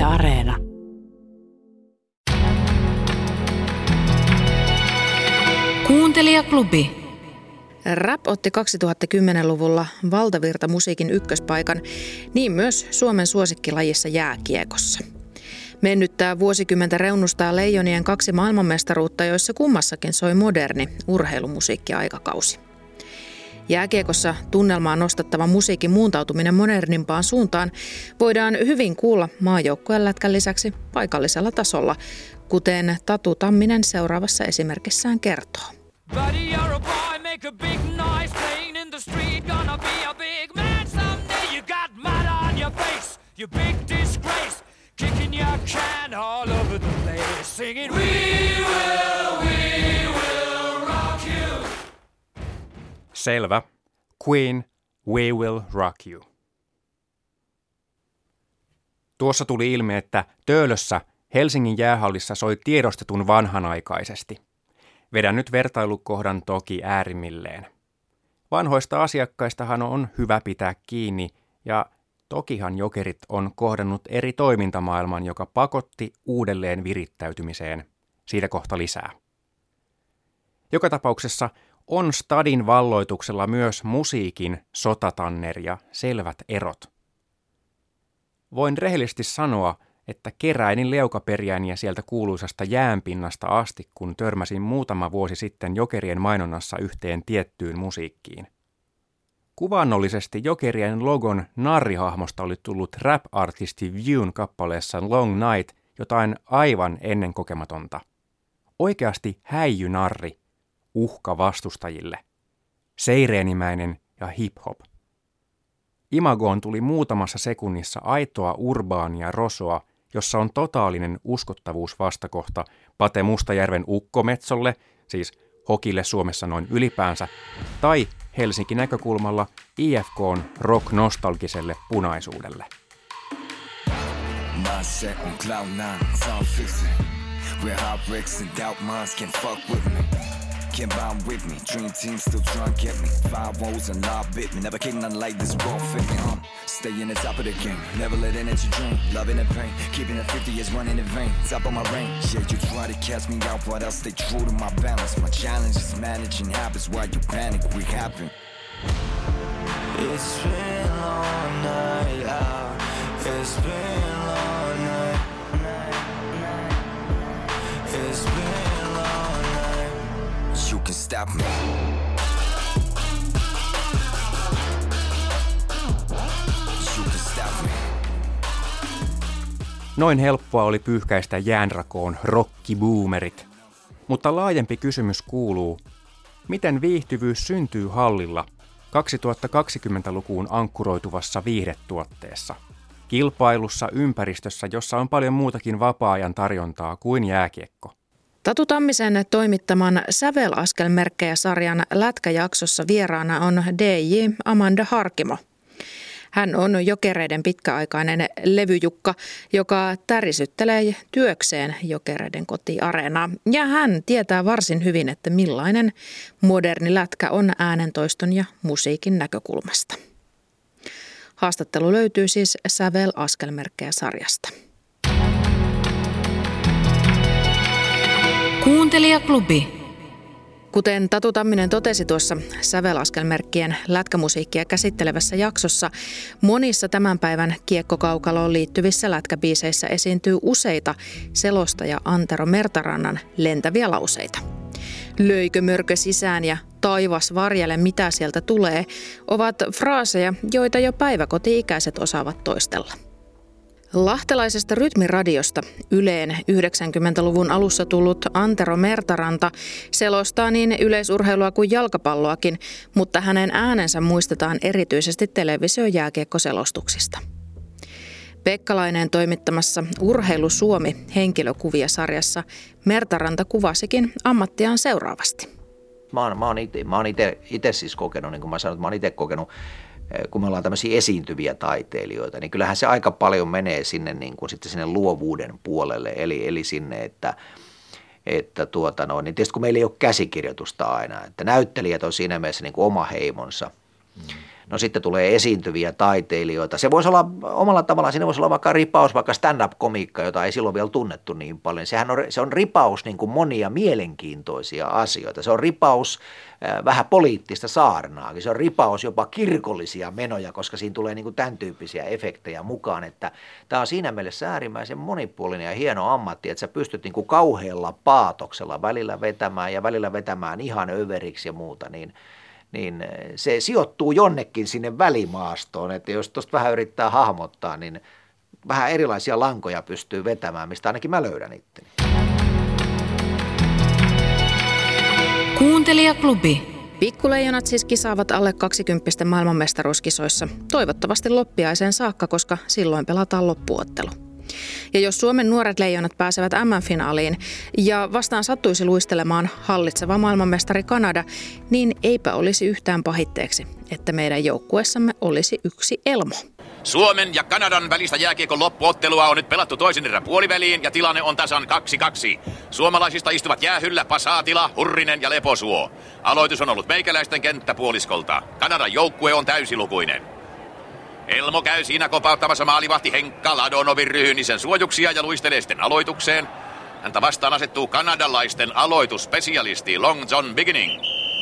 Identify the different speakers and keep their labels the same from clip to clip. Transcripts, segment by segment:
Speaker 1: Areena. Kuuntelijaklubi. Rap otti 2010-luvulla valtavirtamusiikin ykköspaikan, niin myös Suomen suosikkilajissa jääkiekossa. Mennyttää vuosikymmentä reunustaa Leijonien 2 maailmanmestaruutta, joissa kummassakin soi moderni urheilumusiikki-aikakausi. Jääkiekossa tunnelmaa nostattava musiikin muuntautuminen modernimpaan suuntaan voidaan hyvin kuulla maajoukkueen lätkän lisäksi paikallisella tasolla, kuten Tatu Tamminen seuraavassa esimerkissään kertoo. Buddy, you're a boy, make a big noise, playing in the street, gonna be a big man someday. You got mud on your face, you big disgrace, kicking your can all over the place, singing we will rock you.
Speaker 2: Selvä. Queen, We Will Rock You. Tuossa tuli ilmi, että Töölössä Helsingin jäähallissa soi tiedostetun vanhanaikaisesti. Vedän nyt vertailukohdan toki äärimmilleen. Vanhoista asiakkaistahan on hyvä pitää kiinni, ja tokihan Jokerit on kohdannut eri toimintamaailman, joka pakotti uudelleen virittäytymiseen. Siitä kohta lisää. Joka tapauksessa on stadin valloituksella myös musiikin sotatanner ja selvät erot. Voin rehellisesti sanoa, että keräinin leukaperjääniä sieltä kuuluisasta jäänpinnasta asti, kun törmäsin muutama vuosi sitten Jokerien mainonnassa yhteen tiettyyn musiikkiin. Kuvaannollisesti Jokerien logon narrihahmosta oli tullut rap-artisti Viewn kappaleessa Long Night jotain aivan ennenkokematonta. Oikeasti häijynarri, uhka vastustajille, seireenimäinen ja hip-hop. Imagoon tuli muutamassa sekunnissa aitoa urbaania rosoa, jossa on totaalinen uskottavuusvastakohta Pate Mustajärven ukkometsolle, siis hokille Suomessa noin ylipäänsä, tai Helsinki-näkökulmalla IFK:n rock-nostalgiselle punaisuudelle. Can't bound with me, dream team still trying to get me. 5 woes and live bit me, never kidding nothing like this raw fit me. Stay in the top of the game, never let energy drain. Loving the pain, keeping it 50 is running in vain. Top of my range, yeah, you try to catch me out, but I'll stay true to my balance. My challenge is managing habits while you panic, we happen. It's been a long night out, it's been a long night. It's been you can stop me. You can stop me. Noin helppoa oli pyyhkäistä jäänrakoon rockiboomerit. Mutta laajempi kysymys kuuluu, miten viihtyvyys syntyy hallilla 2020-lukuun ankkuroituvassa viihdetuotteessa? Kilpailussa ympäristössä, jossa on paljon muutakin vapaa-ajan tarjontaa kuin jääkiekko. Tatu Tammisen toimittaman Sävelaskelmerkkejä-sarjan lätkäjaksossa vieraana on DJ Amanda Harkimo. Hän on Jokereiden pitkäaikainen levyjukka, joka tärisyttelee työkseen Jokereiden kotiareenaa. Ja hän tietää varsin hyvin, että millainen moderni lätkä on äänentoiston ja musiikin näkökulmasta. Haastattelu löytyy siis Sävelaskelmerkkejä-sarjasta. Kuuntelijaklubi. Kuten Tatu Tamminen totesi tuossa Sävelaskelmerkkien lätkämusiikkia käsittelevässä jaksossa, monissa tämän päivän kiekkokaukaloon liittyvissä lätkäbiiseissä esiintyy useita selostaja Antero Mertarannan lentäviä lauseita. Löikö mörkö sisään ja taivas varjele mitä sieltä tulee ovat fraaseja, joita jo päiväkoti-ikäiset osaavat toistella. Lahtelaisesta rytmiradiosta Yleen 90-luvun alussa tullut Antero Mertaranta selostaa niin yleisurheilua kuin jalkapalloakin, mutta hänen äänensä muistetaan erityisesti televisio-jääkiekkoselostuksista. Pekkalainen toimittamassa Urheilu Suomi -henkilökuvia-sarjassa Mertaranta kuvasikin ammattiaan seuraavasti.
Speaker 3: Mä oon itse siis kokenut, niin kuin mä sanoin, että mä oon itse kokenut, kun me ollaan tämmöisiä esiintyviä taiteilijoita, niin kyllähän se aika paljon menee sinne, niin kuin sitten sinne luovuuden puolelle, eli sinne, että niin tietysti kun meillä ei ole käsikirjoitusta aina, että näyttelijät on siinä mielessä niin kuin oma heimonsa, No sitten tulee esiintyviä taiteilijoita. Se voisi olla omalla tavallaan, siinä voisi olla vaikka ripaus, vaikka stand-up-komiikka, jota ei silloin vielä tunnettu niin paljon. Se on ripaus niin kuin monia mielenkiintoisia asioita. Se on ripaus vähän poliittista saarnaakin. Se on ripaus jopa kirkollisia menoja, koska siinä tulee niin kuin tämän tyyppisiä efektejä mukaan. Että tämä on siinä mielessä äärimmäisen monipuolinen ja hieno ammatti, että sä pystyt niin kuin kauhealla paatoksella välillä vetämään ja välillä vetämään ihan överiksi ja muuta, niin se sijoittuu jonnekin sinne välimaastoon, että jos tuosta vähän yrittää hahmottaa, niin vähän erilaisia lankoja pystyy vetämään, mistä ainakin mä löydän itteni.
Speaker 1: Kuuntelijaklubi. Pikkuleijonat siis kisaavat alle 20 maailmanmestaruuskisoissa, toivottavasti loppiaiseen saakka, koska silloin pelataan loppuottelu. Ja jos Suomen nuoret leijonat pääsevät MM-finaaliin ja vastaan sattuisi luistelemaan hallitseva maailmanmestari Kanada, niin eipä olisi yhtään pahitteeksi, että meidän joukkueessamme olisi yksi Elmo.
Speaker 4: Suomen ja Kanadan välistä jääkiekon loppuottelua on nyt pelattu toisen erän puoliväliin ja tilanne on tasan 2-2. Suomalaisista istuvat jäähyllä Pasaatila, Hurrinen ja Leposuo. Aloitus on ollut meikäläisten kenttäpuoliskolta. Kanadan joukkue on täysilukuinen. Elmo käy siinä kopauttamassa maalivahti Henkka Ladonovin Ryhynisen suojuksia ja luistelee sitten aloitukseen. Häntä vastaan asettuu kanadalaisten aloitusspesialisti Long John Beginning.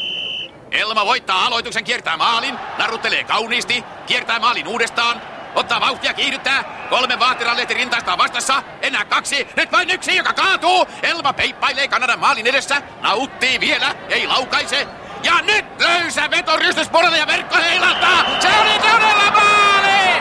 Speaker 4: Elmo voittaa aloituksen, kiertää maalin, naruttelee kauniisti, kiertää maalin uudestaan, ottaa vauhtia, kiihdyttää, 3 vaahteralehti rintaistaan vastassa, enää 2, nyt vain 1, joka kaatuu. Elmo peippailee Kanadan maalin edessä, nauttii vielä, ei laukaise. Ja nyt löysä veto rystyspuolelle ja verkko heilahtaa, se oli todella maali!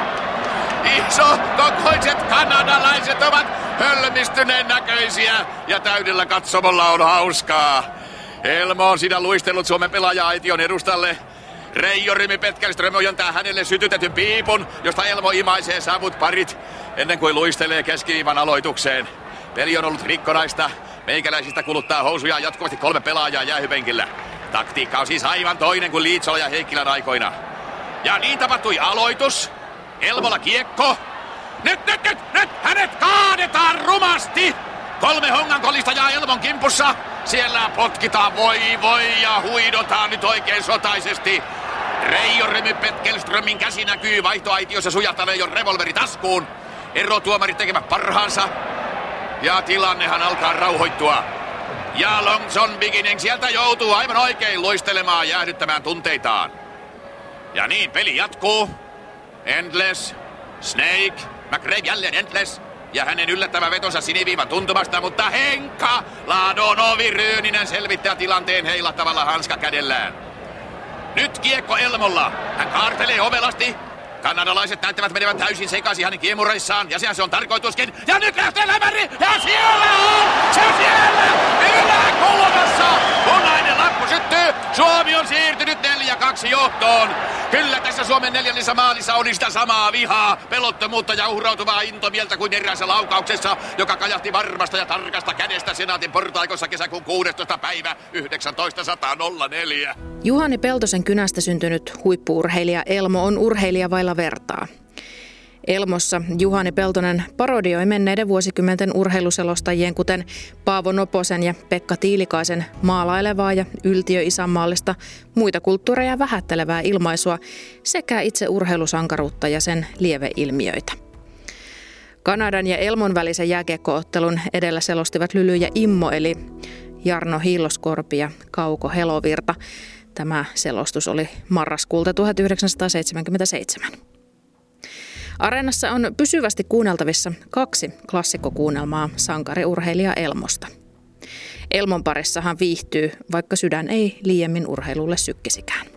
Speaker 4: Iso kokoiset kanadalaiset ovat hölmistyneen näköisiä ja täydellä katsomolla on hauskaa. Elmo on siinä luistellut Suomen pelaaja-aition edustalle. Reijo Rymi Petkelström ojentaa hänelle sytytetyn piipun, josta Elmo imaisee savut parit ennen kuin luistelee keskiviivan aloitukseen. Peli on ollut rikkonaista. Meikäläisistä kuluttaa housuja jatkuvasti 3 pelaajaa jäähypenkillä. Taktiikka on siis aivan toinen kuin Liitsola ja Heikkilän aikoina. Ja niin tapahtui aloitus. Elmolla kiekko. Nyt! Hänet kaadetaan rumasti! 3 hongankolistajaa Elmon kimpussa. Siellä potkitaan voi ja huidotaan nyt oikein sotaisesti. Reijo Rymy Petkelströmin käsi näkyy vaihtoaitiossa sujahtaneen jo revolveri taskuun. Erotuomarit tekevät parhaansa. Ja tilannehan alkaa rauhoittua. Ja Long John Beginning sieltä joutuu aivan oikein luistelemaan jäähdyttämään tunteitaan. Ja niin peli jatkuu. Endless, Snake, McRae jälleen Endless. Ja hänen yllättävä vetonsa siniviivan tuntumasta, mutta Henkka Ladonovi Ryyninen selvittää tilanteen heilahtavalla hanskakädellään. Nyt kiekko Elmolla. Hän kaartelee ovelasti. Kanadalaiset näyttävät menevän täysin sekaisin hänen kiemuraissaan, ja sehän se on tarkoituskin. Ja nyt lähtee lämäri, ja siellä on! Se on siellä! Yläkulmassa! Punainen lappu syttyy. Suomi on siirtynyt 4-2 johtoon. Kyllä tässä Suomen 4. maalissa oli sitä samaa vihaa, pelottomuutta ja uhrautuvaa intomieltä kuin eräässä laukauksessa, joka kajahti varmasta ja tarkasta kädestä Senaatin portaikossa kesäkuun 16. päivä 1904.
Speaker 1: Juhani Peltosen kynästä syntynyt huippu-urheilija Elmo on urheilija vailla vertaa. Elmossa Juhani Peltonen parodioi menneiden vuosikymmenten urheiluselostajien, kuten Paavo Noposen ja Pekka Tiilikaisen maalailevaa ja yltiöisänmaallista muita kulttuureja vähättelevää ilmaisua sekä itse urheilusankaruutta ja sen lieveilmiöitä. Kanadan ja Elmon välisen jääkiekko-ottelun edellä selostivat Lyly ja Immo, eli Jarno Hiilloskorpi ja Kauko Helovirta. Tämä selostus oli marraskuulta 1977. Areenassa on pysyvästi kuunneltavissa 2 klassikkokuunnelmaa sankariurheilija Elmosta. Elmon parissahan viihtyy, vaikka sydän ei liiemmin urheilulle sykkisikään.